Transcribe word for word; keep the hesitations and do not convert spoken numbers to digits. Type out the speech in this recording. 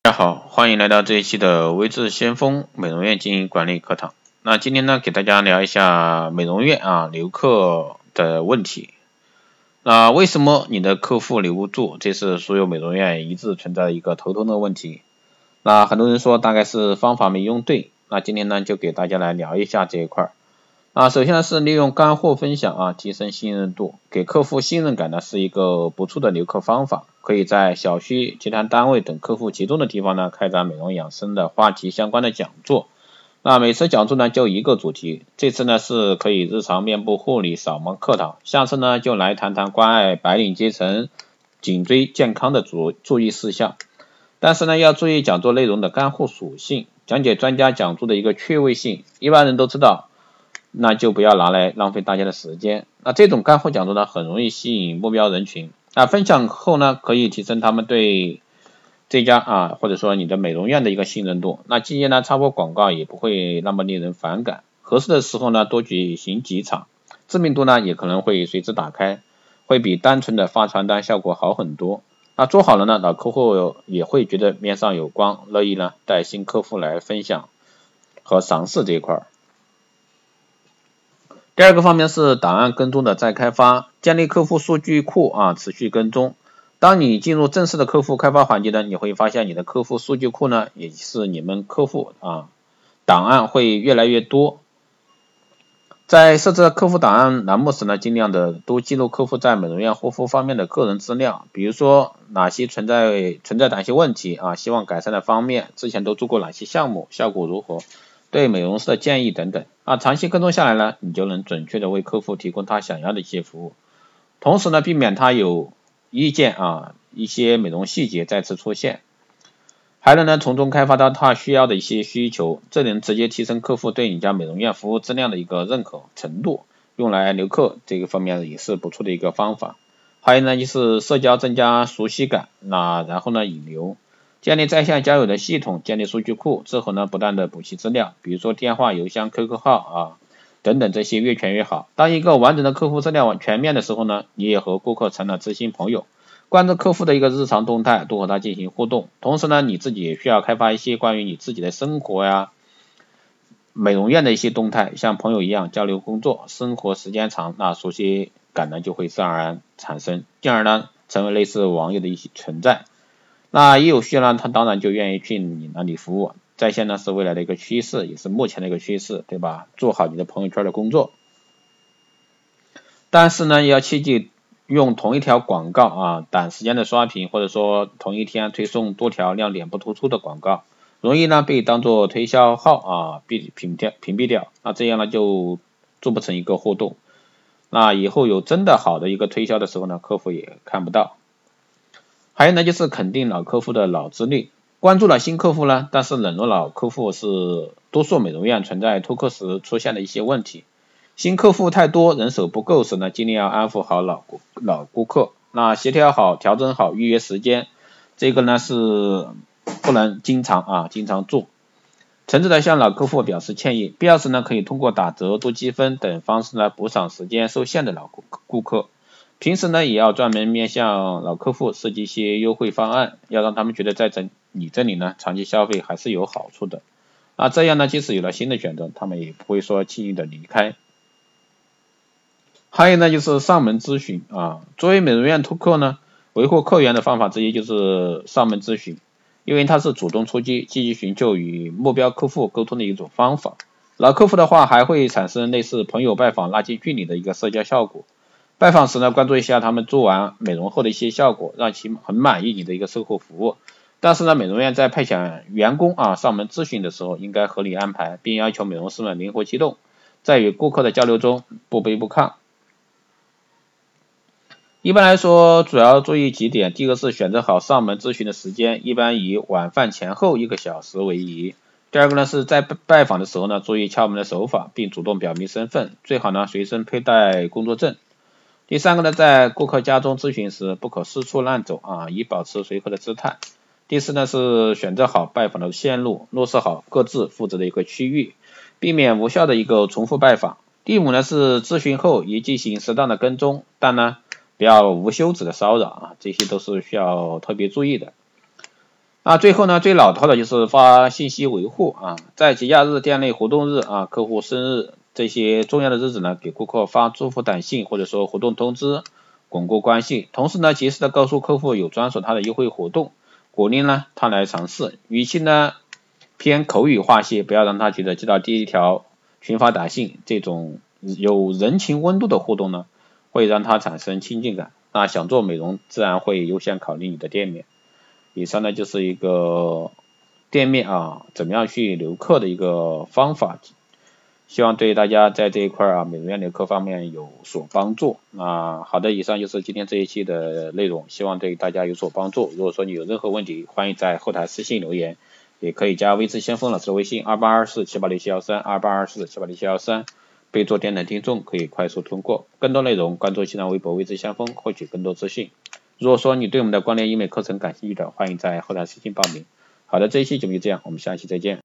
大家好，欢迎来到这一期的微智先锋美容院经营管理课堂。那今天呢，给大家聊一下美容院啊留客的问题。那为什么你的客户留不住？这是所有美容院一致存在的一个头痛的问题。那很多人说大概是方法没用对。那今天呢，就给大家来聊一下这一块。啊，首先呢是利用干货分享啊，提升信任度，给客户信任感呢是一个不错的留客方法。可以在小区、集团单位等客户集中的地方呢，开展美容养生的话题相关的讲座。那每次讲座呢就一个主题，这次呢是可以日常面部护理扫盲课堂，下次呢就来谈谈关爱白领阶层颈椎健康的注注意事项。但是呢要注意讲座内容的干货属性，讲解专家讲座的一个趣味性，一般人都知道。那就不要拿来浪费大家的时间。那这种干货讲座呢，很容易吸引目标人群。那分享后呢，可以提升他们对这家啊，或者说你的美容院的一个信任度。那期间呢，插播广告也不会那么令人反感。合适的时候呢，多举行几场，知名度呢也可能会随之打开，会比单纯的发传单效果好很多。那做好了呢，老客户也会觉得面上有光，乐意呢带新客户来分享和尝试这一块。第二个方面是档案跟踪的再开发，建立客户数据库啊，持续跟踪。当你进入正式的客户开发环节呢，你会发现你的客户数据库呢，也是你们客户啊档案会越来越多。在设置客户档案栏目时呢，尽量的多记录客户在美容院护肤方面的个人资料，比如说哪些存在存在哪些问题啊，希望改善的方面，之前都做过哪些项目，效果如何。对美容师的建议等等啊，长期跟踪下来呢，你就能准确的为客户提供他想要的一些服务，同时呢，避免他有意见啊一些美容细节再次出现，还能呢从中开发到他需要的一些需求，这能直接提升客户对你家美容院服务质量的一个认可程度，用来留客这个方面也是不错的一个方法。还有呢就是社交增加熟悉感，那然后呢引流。建立在线交友的系统，建立数据库之后呢，不断的补齐资料，比如说电话、邮箱、Q Q 号啊等等，这些越全越好。当一个完整的客户资料全面的时候呢，你也和顾客成了知心朋友。关注客户的一个日常动态，多和他进行互动。同时呢，你自己也需要开发一些关于你自己的生活呀、美容院的一些动态，像朋友一样交流工作。生活时间长，那熟悉感呢就会自然而然产生，进而呢成为类似网友的一些存在。那一有需要呢，他当然就愿意去你那里服务。在线呢是未来的一个趋势，也是目前的一个趋势，对吧？做好你的朋友圈的工作。但是呢，要切记用同一条广告啊，短时间的刷屏，或者说同一天推送多条亮点不突出的广告，容易呢被当做推销号啊屏屏掉屏蔽掉。那这样呢就做不成一个互动。那以后有真的好的一个推销的时候呢，客户也看不到。还有呢，就是肯定老客户的老资历，关注了新客户呢，但是冷落老客户是多数美容院存在拓客时出现的一些问题。新客户太多，人手不够时呢，尽量要安抚好老老顾客，那协调好、调整好预约时间，这个呢是不能经常啊经常做。诚挚的向老客户表示歉意，必要时呢可以通过打折、多积分等方式来补偿时间受限的老顾客。平时呢，也要专门面向老客户设计一些优惠方案，要让他们觉得在这你这里呢，长期消费还是有好处的。那这样呢，即使有了新的选择，他们也不会说轻易的离开。还有呢，就是上门咨询啊，作为美容院拓客呢，维护客源的方法之一就是上门咨询，因为它是主动出击、积极寻求与目标客户沟通的一种方法。老客户的话，还会产生类似朋友拜访拉近距离的一个社交效果。拜访时呢，关注一下他们做完美容后的一些效果，让其很满意你的一个售后服务。但是呢，美容院在派遣员工啊上门咨询的时候，应该合理安排，并要求美容师们灵活机动，在与顾客的交流中不卑不亢。一般来说，主要注意几点，第一个是选择好上门咨询的时间，一般以晚饭前后一个小时为宜。第二个呢是在拜访的时候呢，注意敲门的手法，并主动表明身份，最好呢随身佩戴工作证。第三个呢，在顾客家中咨询时，不可四处乱走啊，以保持随和的姿态。第四呢是选择好拜访的线路，落实好各自负责的一个区域，避免无效的一个重复拜访。第五呢是咨询后也进行适当的跟踪，但呢不要无休止的骚扰啊，这些都是需要特别注意的。 啊，最后呢，最老套的就是发信息维护啊，在节假日、店内活动日啊、客户生日这些重要的日子呢，给顾客发祝福短信或者说活动通知，巩固关系。同时呢，及时的告诉客户有专属他的优惠活动，鼓励呢他来尝试。语气呢偏口语化些，不要让他觉得接到第一条群发短信这种有人情温度的互动呢，会让他产生亲近感。那想做美容，自然会优先考虑你的店面。以上呢就是一个店面啊怎么样去留客的一个方法，希望对大家在这一块啊美容院留客方面有所帮助。那好的，以上就是今天这一期的内容，希望对大家有所帮助。如果说你有任何问题，欢迎在后台私信留言，也可以加微知先锋老师的微信二八二四七八六七幺三 二八二四七八六七幺三，备注电台听众可以快速通过。更多内容关注新浪微博微知先锋获取更多资讯。如果说你对我们的光电医美课程感兴趣的，欢迎在后台私信报名。好的，这一期节目就这样，我们下期再见。